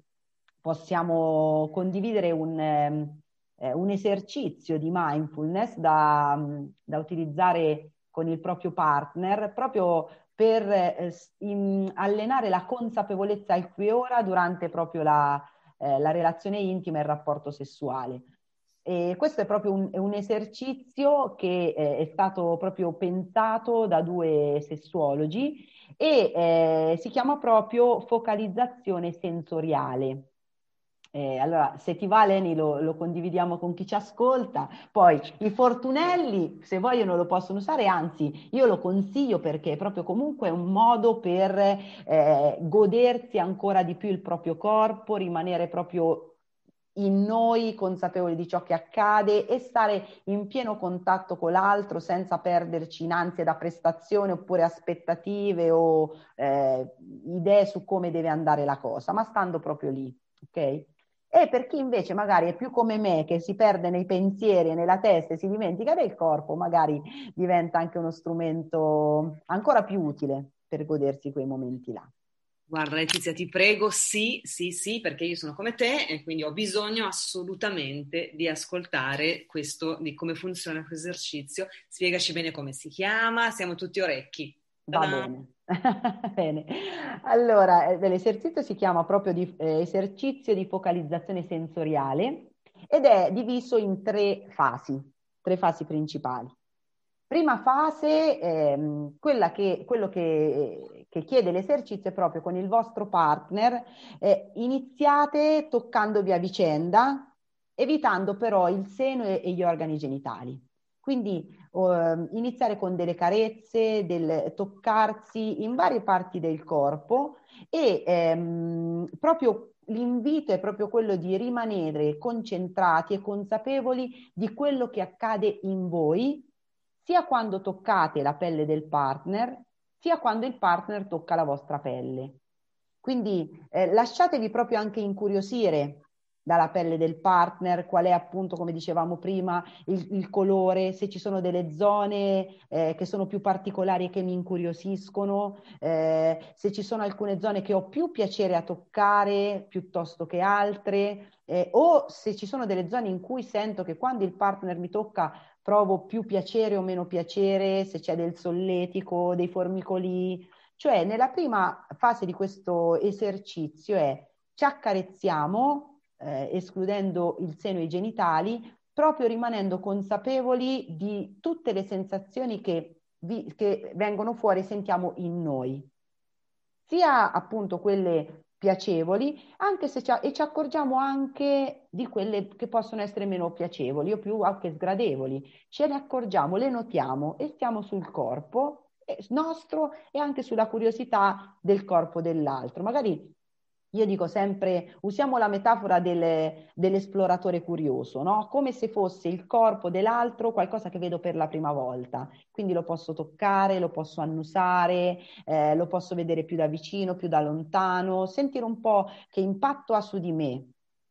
possiamo condividere un, ehm, eh, un esercizio di mindfulness da, mh, da utilizzare con il proprio partner, proprio per eh, in, allenare la consapevolezza al qui e ora durante proprio la, eh, la relazione intima e il rapporto sessuale. E questo è proprio un, è un esercizio che eh, è stato proprio pensato da due sessuologi e eh, si chiama proprio focalizzazione sensoriale. Eh, allora, se ti va, Leni, lo, lo condividiamo con chi ci ascolta. Poi i fortunelli, se vogliono, lo possono usare, anzi, io lo consiglio perché è proprio comunque un modo per eh, godersi ancora di più il proprio corpo, rimanere proprio in noi, consapevoli di ciò che accade e stare in pieno contatto con l'altro senza perderci in ansie da prestazione oppure aspettative o eh, idee su come deve andare la cosa, ma stando proprio lì, ok? E per chi invece magari è più come me, che si perde nei pensieri e nella testa e si dimentica del corpo, magari diventa anche uno strumento ancora più utile per godersi quei momenti là. Guarda Letizia, ti prego, sì, sì, sì, perché io sono come te e quindi ho bisogno assolutamente di ascoltare questo, di come funziona questo esercizio. Spiegaci bene come si chiama, siamo tutti orecchi. Va Ta-da! bene. Bene. Allora, eh, l'esercizio si chiama proprio di, eh, esercizio di focalizzazione sensoriale ed è diviso in tre fasi, tre fasi principali. Prima fase, ehm, quella che, quello che, che chiede l'esercizio è proprio con il vostro partner, eh, iniziate toccandovi a vicenda, evitando però il seno e, e gli organi genitali. Quindi eh, iniziare con delle carezze, del toccarsi in varie parti del corpo e ehm, proprio l'invito è proprio quello di rimanere concentrati e consapevoli di quello che accade in voi, sia quando toccate la pelle del partner, sia quando il partner tocca la vostra pelle. Quindi eh, lasciatevi proprio anche incuriosire dalla pelle del partner, qual è appunto, come dicevamo prima, il, il colore, se ci sono delle zone eh, che sono più particolari e che mi incuriosiscono, eh, se ci sono alcune zone che ho più piacere a toccare piuttosto che altre, eh, o se ci sono delle zone in cui sento che quando il partner mi tocca provo più piacere o meno piacere, se c'è del solletico, dei formicoli. Cioè, nella prima fase di questo esercizio è ci accarezziamo, eh, escludendo il seno e i genitali, proprio rimanendo consapevoli di tutte le sensazioni che, vi, che vengono fuori e sentiamo in noi, sia appunto quelle piacevoli, anche se ci, e ci accorgiamo anche di quelle che possono essere meno piacevoli o più anche sgradevoli. Ce ne accorgiamo, le notiamo e stiamo sul corpo nostro e anche sulla curiosità del corpo dell'altro. Magari io dico sempre, usiamo la metafora del, dell'esploratore curioso, no? Come se fosse il corpo dell'altro qualcosa che vedo per la prima volta. Quindi lo posso toccare, lo posso annusare, eh, lo posso vedere più da vicino, più da lontano, sentire un po' che impatto ha su di me.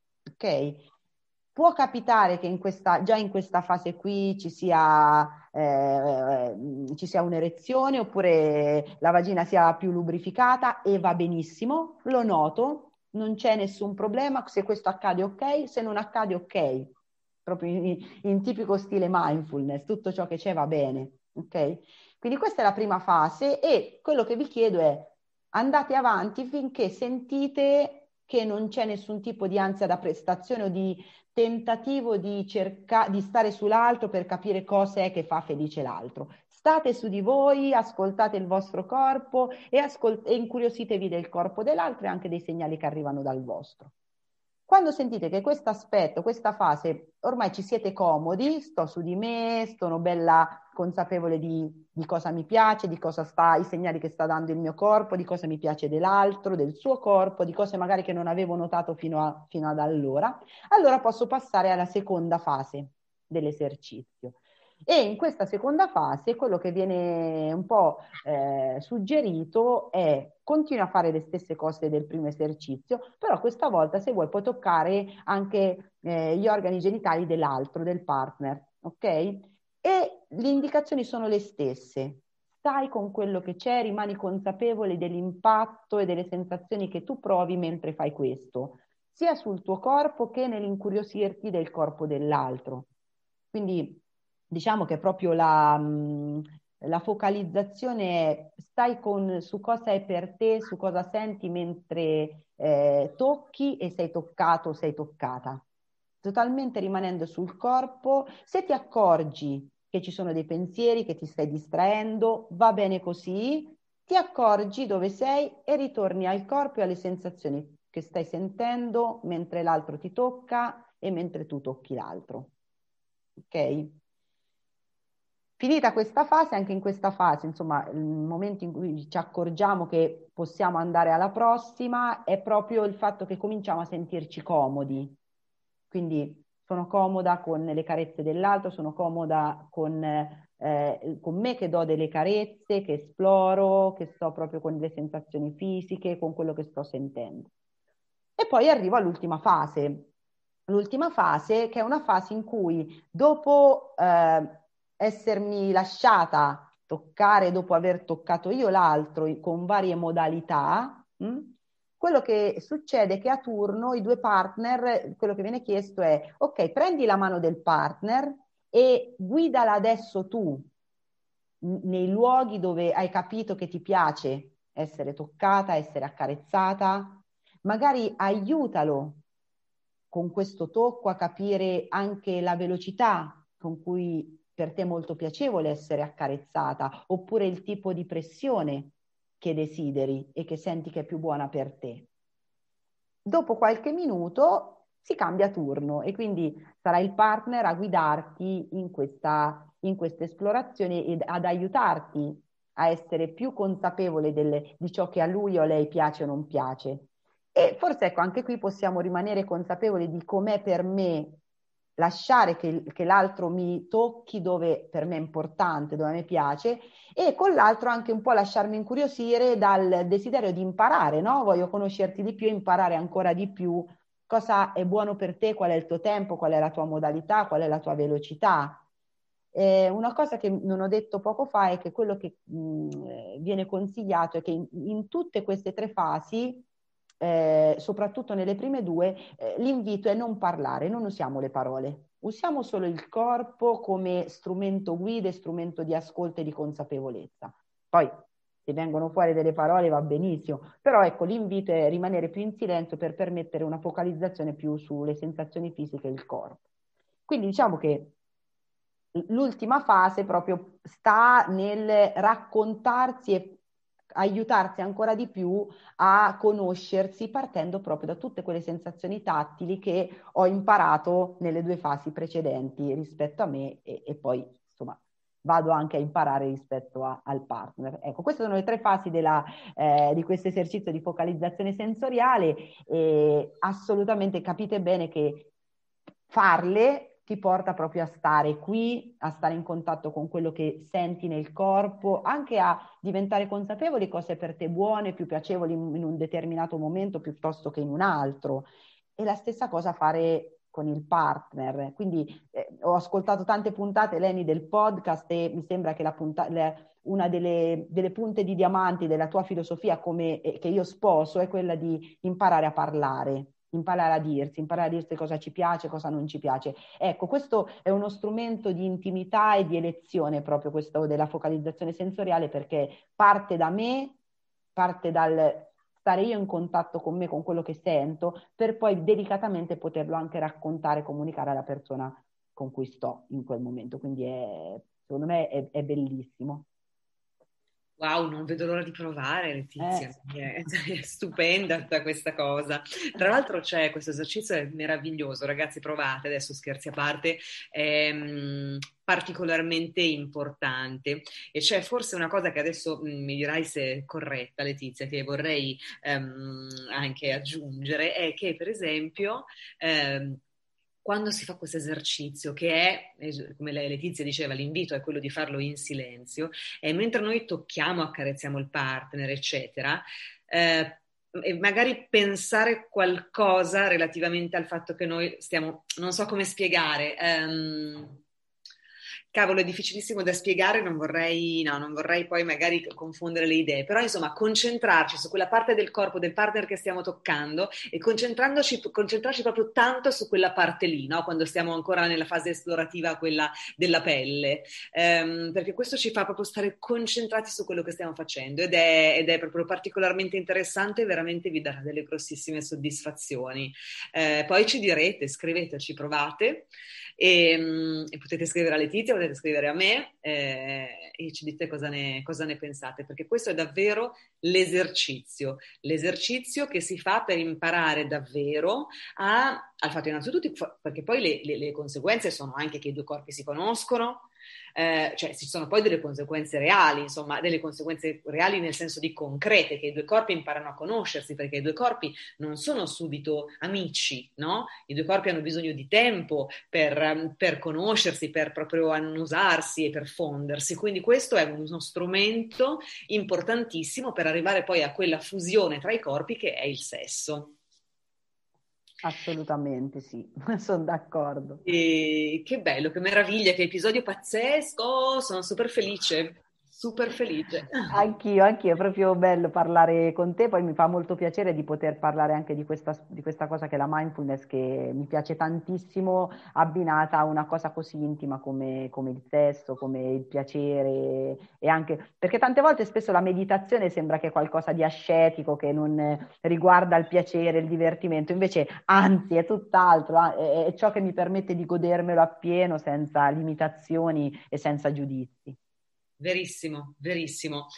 Ok? Può capitare che in questa, già in questa fase qui ci sia, eh, ci sia un'erezione oppure la vagina sia più lubrificata e va benissimo, lo noto, non c'è nessun problema, se questo accade ok, se non accade ok, proprio in, in tipico stile mindfulness, tutto ciò che c'è va bene, ok? Quindi questa è la prima fase e quello che vi chiedo è andate avanti finché sentite che non c'è nessun tipo di ansia da prestazione o di tentativo di cercare di stare sull'altro per capire cosa è che fa felice l'altro. State su di voi, ascoltate il vostro corpo e, ascol- e incuriositevi del corpo dell'altro e anche dei segnali che arrivano dal vostro. Quando sentite che questo aspetto, questa fase, ormai ci siete comodi, sto su di me, sono bella consapevole di, di cosa mi piace, di cosa sta, i segnali che sta dando il mio corpo, di cosa mi piace dell'altro, del suo corpo, di cose magari che non avevo notato fino, a, fino ad allora, allora posso passare alla seconda fase dell'esercizio. E in questa seconda fase quello che viene un po' eh, suggerito è continua a fare le stesse cose del primo esercizio, però questa volta se vuoi puoi toccare anche eh, gli organi genitali dell'altro, del partner, ok? E le indicazioni sono le stesse. Stai con quello che c'è, rimani consapevole dell'impatto e delle sensazioni che tu provi mentre fai questo, sia sul tuo corpo che nell'incuriosirti del corpo dell'altro. Quindi diciamo che proprio la, mh, la focalizzazione è stai con, su cosa è per te, su cosa senti mentre eh, tocchi e sei toccato o sei toccata. Totalmente rimanendo sul corpo. Se ti accorgi che ci sono dei pensieri, che ti stai distraendo, va bene così, ti accorgi dove sei e ritorni al corpo e alle sensazioni che stai sentendo mentre l'altro ti tocca e mentre tu tocchi l'altro. Ok? Finita questa fase, anche in questa fase, insomma, il momento in cui ci accorgiamo che possiamo andare alla prossima è proprio il fatto che cominciamo a sentirci comodi. Quindi sono comoda con le carezze dell'altro, sono comoda con, eh, con me che do delle carezze, che esploro, che sto proprio con le sensazioni fisiche, con quello che sto sentendo. E poi arrivo all'ultima fase. L'ultima fase che è una fase in cui dopo eh, essermi lasciata toccare, dopo aver toccato io l'altro con varie modalità, mh, quello che succede è che a turno i due partner, quello che viene chiesto è ok, prendi la mano del partner e guidala adesso tu nei luoghi dove hai capito che ti piace essere toccata, essere accarezzata, magari aiutalo con questo tocco a capire anche la velocità con cui per te è molto piacevole essere accarezzata, oppure il tipo di pressione che desideri e che senti che è più buona per te. Dopo qualche minuto si cambia turno e quindi sarà il partner a guidarti in questa, in questa esplorazione ed ad aiutarti a essere più consapevole delle, di ciò che a lui o a lei piace o non piace. E forse ecco, anche qui possiamo rimanere consapevoli di com'è per me lasciare che, che l'altro mi tocchi dove per me è importante, dove a me piace, e con l'altro anche un po' lasciarmi incuriosire dal desiderio di imparare, no? Voglio conoscerti di più, imparare ancora di più cosa è buono per te, qual è il tuo tempo, qual è la tua modalità, qual è la tua velocità. Eh, una cosa che non ho detto poco fa è che quello che mh, viene consigliato è che in, in tutte queste tre fasi, Eh, soprattutto nelle prime due, eh, l'invito è non parlare, non usiamo le parole, usiamo solo il corpo come strumento guida e strumento di ascolto e di consapevolezza. Poi se vengono fuori delle parole va benissimo, però ecco, l'invito è rimanere più in silenzio per permettere una focalizzazione più sulle sensazioni fisiche del corpo. Quindi diciamo che l'ultima fase proprio sta nel raccontarsi e aiutarsi ancora di più a conoscersi partendo proprio da tutte quelle sensazioni tattili che ho imparato nelle due fasi precedenti rispetto a me e, e poi insomma vado anche a imparare rispetto a, al partner. Ecco, queste sono le tre fasi della, eh, di questo esercizio di focalizzazione sensoriale e assolutamente capite bene che farle ti porta proprio a stare qui, a stare in contatto con quello che senti nel corpo, anche a diventare consapevoli cose per te buone, più piacevoli in un determinato momento piuttosto che in un altro. E la stessa cosa fare con il partner. Quindi eh, ho ascoltato tante puntate, Leni, del podcast e mi sembra che la punta- le, una delle, delle punte di diamanti della tua filosofia come, eh, che io sposo è quella di imparare a parlare. Imparare a dirsi, imparare a dirsi cosa ci piace, cosa non ci piace. Ecco, questo è uno strumento di intimità e di elezione proprio questo della focalizzazione sensoriale perché parte da me, parte dal stare io in contatto con me, con quello che sento, per poi delicatamente poterlo anche raccontare, comunicare alla persona con cui sto in quel momento. Quindi è, secondo me è, è bellissimo. Wow, non vedo l'ora di provare, Letizia, Eh. è, è stupenda tutta questa cosa. Tra l'altro c'è questo esercizio è meraviglioso, ragazzi, provate, adesso scherzi a parte, è mh, particolarmente importante e c'è forse una cosa che adesso mh, mi dirai se è corretta, Letizia, che vorrei um, anche aggiungere, è che per esempio um, quando si fa questo esercizio, che è, come Letizia diceva, l'invito è quello di farlo in silenzio, e mentre noi tocchiamo, accarezziamo il partner, eccetera, eh, e magari pensare qualcosa relativamente al fatto che noi stiamo, non so come spiegare, um, cavolo, è difficilissimo da spiegare, non vorrei, no, non vorrei poi magari confondere le idee, però insomma concentrarci su quella parte del corpo del partner che stiamo toccando e concentrandoci, concentrarci proprio tanto su quella parte lì, no? Quando stiamo ancora nella fase esplorativa, quella della pelle, ehm, perché questo ci fa proprio stare concentrati su quello che stiamo facendo ed è, ed è proprio particolarmente interessante e veramente vi darà delle grossissime soddisfazioni. Eh, poi ci direte, scriveteci, provate. E, e potete scrivere a Letizia, potete scrivere a me eh, e ci dite cosa ne, cosa ne pensate, perché questo è davvero l'esercizio, l'esercizio che si fa per imparare davvero a, al fatto innanzitutto, perché poi le, le, le conseguenze sono anche che i due corpi si conoscono, eh, cioè ci sono poi delle conseguenze reali, insomma delle conseguenze reali nel senso di concrete, che i due corpi imparano a conoscersi, perché i due corpi non sono subito amici, no? I due corpi hanno bisogno di tempo per, per conoscersi, per proprio annusarsi e per fondersi, quindi questo è uno strumento importantissimo per arrivare poi a quella fusione tra i corpi che è il sesso. Assolutamente sì, sono d'accordo. E che bello, che meraviglia, che episodio pazzesco, sono super felice, super felice. Anch'io, anch'io, è proprio bello parlare con te, poi mi fa molto piacere di poter parlare anche di questa, di questa cosa che è la mindfulness, che mi piace tantissimo, abbinata a una cosa così intima come, come il sesso, come il piacere, e anche perché tante volte spesso la meditazione sembra che è qualcosa di ascetico, che non riguarda il piacere, il divertimento, invece anzi è tutt'altro, è, è ciò che mi permette di godermelo appieno senza limitazioni e senza giudizi. Verissimo, verissimo.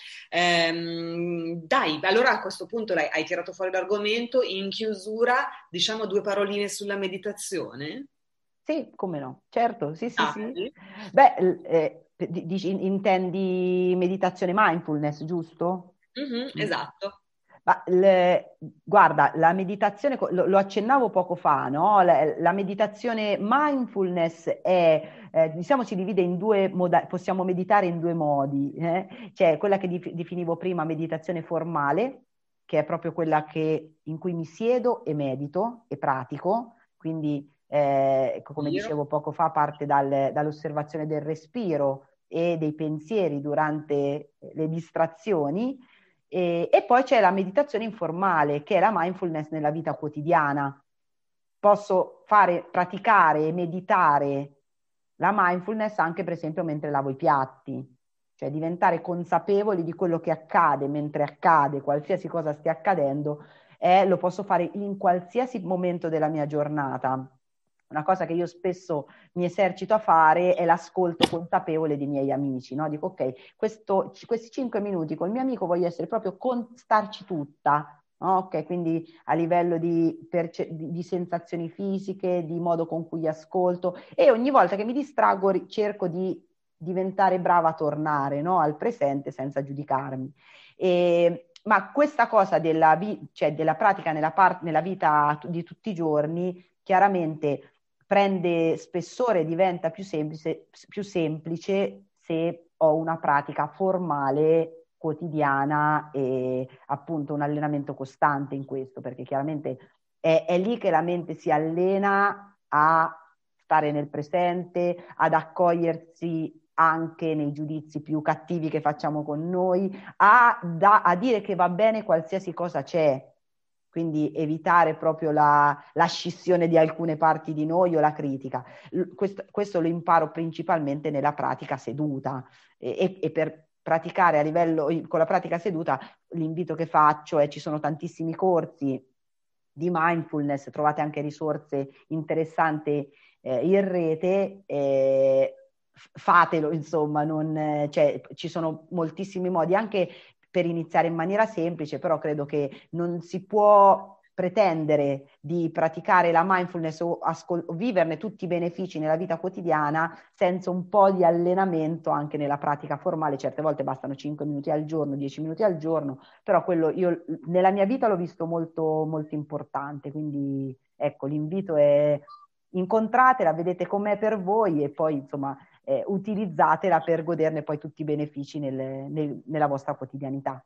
Ehm, dai, allora a questo punto dai, hai tirato fuori l'argomento. In chiusura, diciamo due paroline sulla meditazione? Sì, come no, certo, sì, sì, Ah, sì. sì. Beh, l- eh, di- dici, intendi meditazione mindfulness, giusto? Mhm, Mm. esatto. Ma le- guarda, la meditazione, co- lo, lo accennavo poco fa, no? La, la meditazione mindfulness è, eh, diciamo, si divide in due modi, possiamo meditare in due modi. Eh? C'è quella che dif- definivo prima meditazione formale, che è proprio quella che, in cui mi siedo e medito e pratico, quindi, eh, come Io. dicevo poco fa, parte dal- dall'osservazione del respiro e dei pensieri durante le distrazioni. E, e poi c'è la meditazione informale, che è la mindfulness nella vita quotidiana. Posso fare, praticare e meditare la mindfulness anche, per esempio, mentre lavo i piatti, cioè diventare consapevoli di quello che accade mentre accade, qualsiasi cosa stia accadendo, e lo posso fare in qualsiasi momento della mia giornata. Una cosa che io spesso mi esercito a fare è l'ascolto consapevole dei miei amici, no? Dico, ok, questo, questi cinque minuti col mio amico voglio essere proprio con starci tutta, no? Ok, quindi a livello di, perce- di, di sensazioni fisiche, di modo con cui ascolto, e ogni volta che mi distraggo ri- cerco di diventare brava a tornare, no? Al presente senza giudicarmi. E, ma questa cosa della, vi- cioè della pratica nella, par- nella vita di tutti i giorni chiaramente prende spessore e diventa più semplice, più semplice se ho una pratica formale quotidiana e appunto un allenamento costante in questo, perché chiaramente è, è lì che la mente si allena a stare nel presente, ad accogliersi anche nei giudizi più cattivi che facciamo con noi, a, da, a dire che va bene qualsiasi cosa c'è, quindi evitare proprio la, la scissione di alcune parti di noi o la critica. L- questo, questo lo imparo principalmente nella pratica seduta e, e, e per praticare a livello, con la pratica seduta, l'invito che faccio è: ci sono tantissimi corsi di mindfulness, trovate anche risorse interessanti eh, in rete, eh, fatelo, insomma, non, eh, cioè, ci sono moltissimi modi anche per iniziare in maniera semplice, però credo che non si può pretendere di praticare la mindfulness o, ascol- o viverne tutti i benefici nella vita quotidiana senza un po' di allenamento anche nella pratica formale. Certe volte bastano cinque minuti al giorno, dieci minuti al giorno, però quello io nella mia vita l'ho visto molto, molto importante, quindi ecco, l'invito è: incontratela, vedete com'è per voi e poi insomma eh, utilizzatela per goderne poi tutti i benefici nel, nel, nella vostra quotidianità.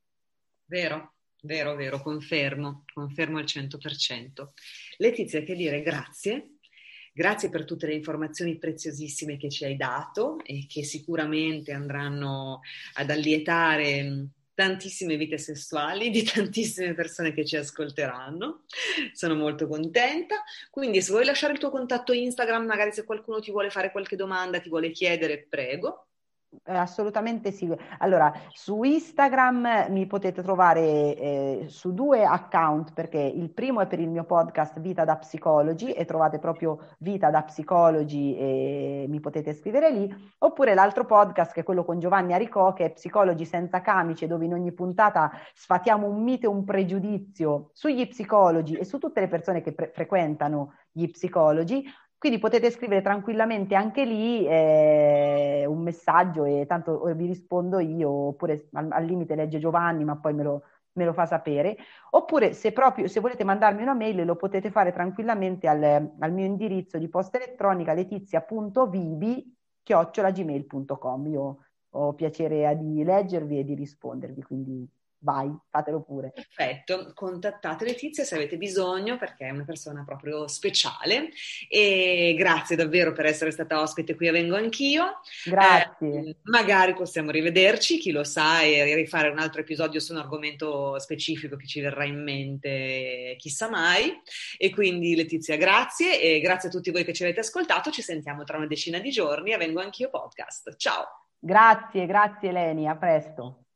Vero, vero, vero, confermo, confermo al cento per cento. Letizia, che dire, grazie. Grazie per tutte le informazioni preziosissime che ci hai dato e che sicuramente andranno ad allietare tantissime vite sessuali di tantissime persone che ci ascolteranno. Sono molto contenta. Quindi se vuoi lasciare il tuo contatto Instagram, magari se qualcuno ti vuole fare qualche domanda, ti vuole chiedere, prego. Eh, assolutamente sì. Allora, su Instagram mi potete trovare eh, su due account, perché il primo è per il mio podcast Vita da Psicologi e trovate proprio Vita da Psicologi e mi potete scrivere lì, oppure l'altro podcast che è quello con Giovanni Aricò, che è Psicologi senza camice, dove in ogni puntata sfatiamo un mito e un pregiudizio sugli psicologi e su tutte le persone che pre- frequentano gli psicologi. Quindi potete scrivere tranquillamente anche lì eh, un messaggio e tanto vi rispondo io, oppure al, al limite legge Giovanni, ma poi me lo, me lo fa sapere. Oppure se proprio se volete mandarmi una mail lo potete fare tranquillamente al, al mio indirizzo di posta elettronica letizia punto vivi chiocciola gmail punto com. Io ho piacere di leggervi e di rispondervi, quindi vai, fatelo pure. Perfetto, contattate Letizia se avete bisogno perché è una persona proprio speciale e grazie davvero per essere stata ospite qui a Vengo Anch'io. Grazie. Eh, magari possiamo rivederci, chi lo sa, e rifare un altro episodio su un argomento specifico che ci verrà in mente, chissà mai. E quindi Letizia, grazie e grazie a tutti voi che ci avete ascoltato. Ci sentiamo tra una decina di giorni a Vengo Anch'io podcast. Ciao! Grazie, grazie Eleni, a presto.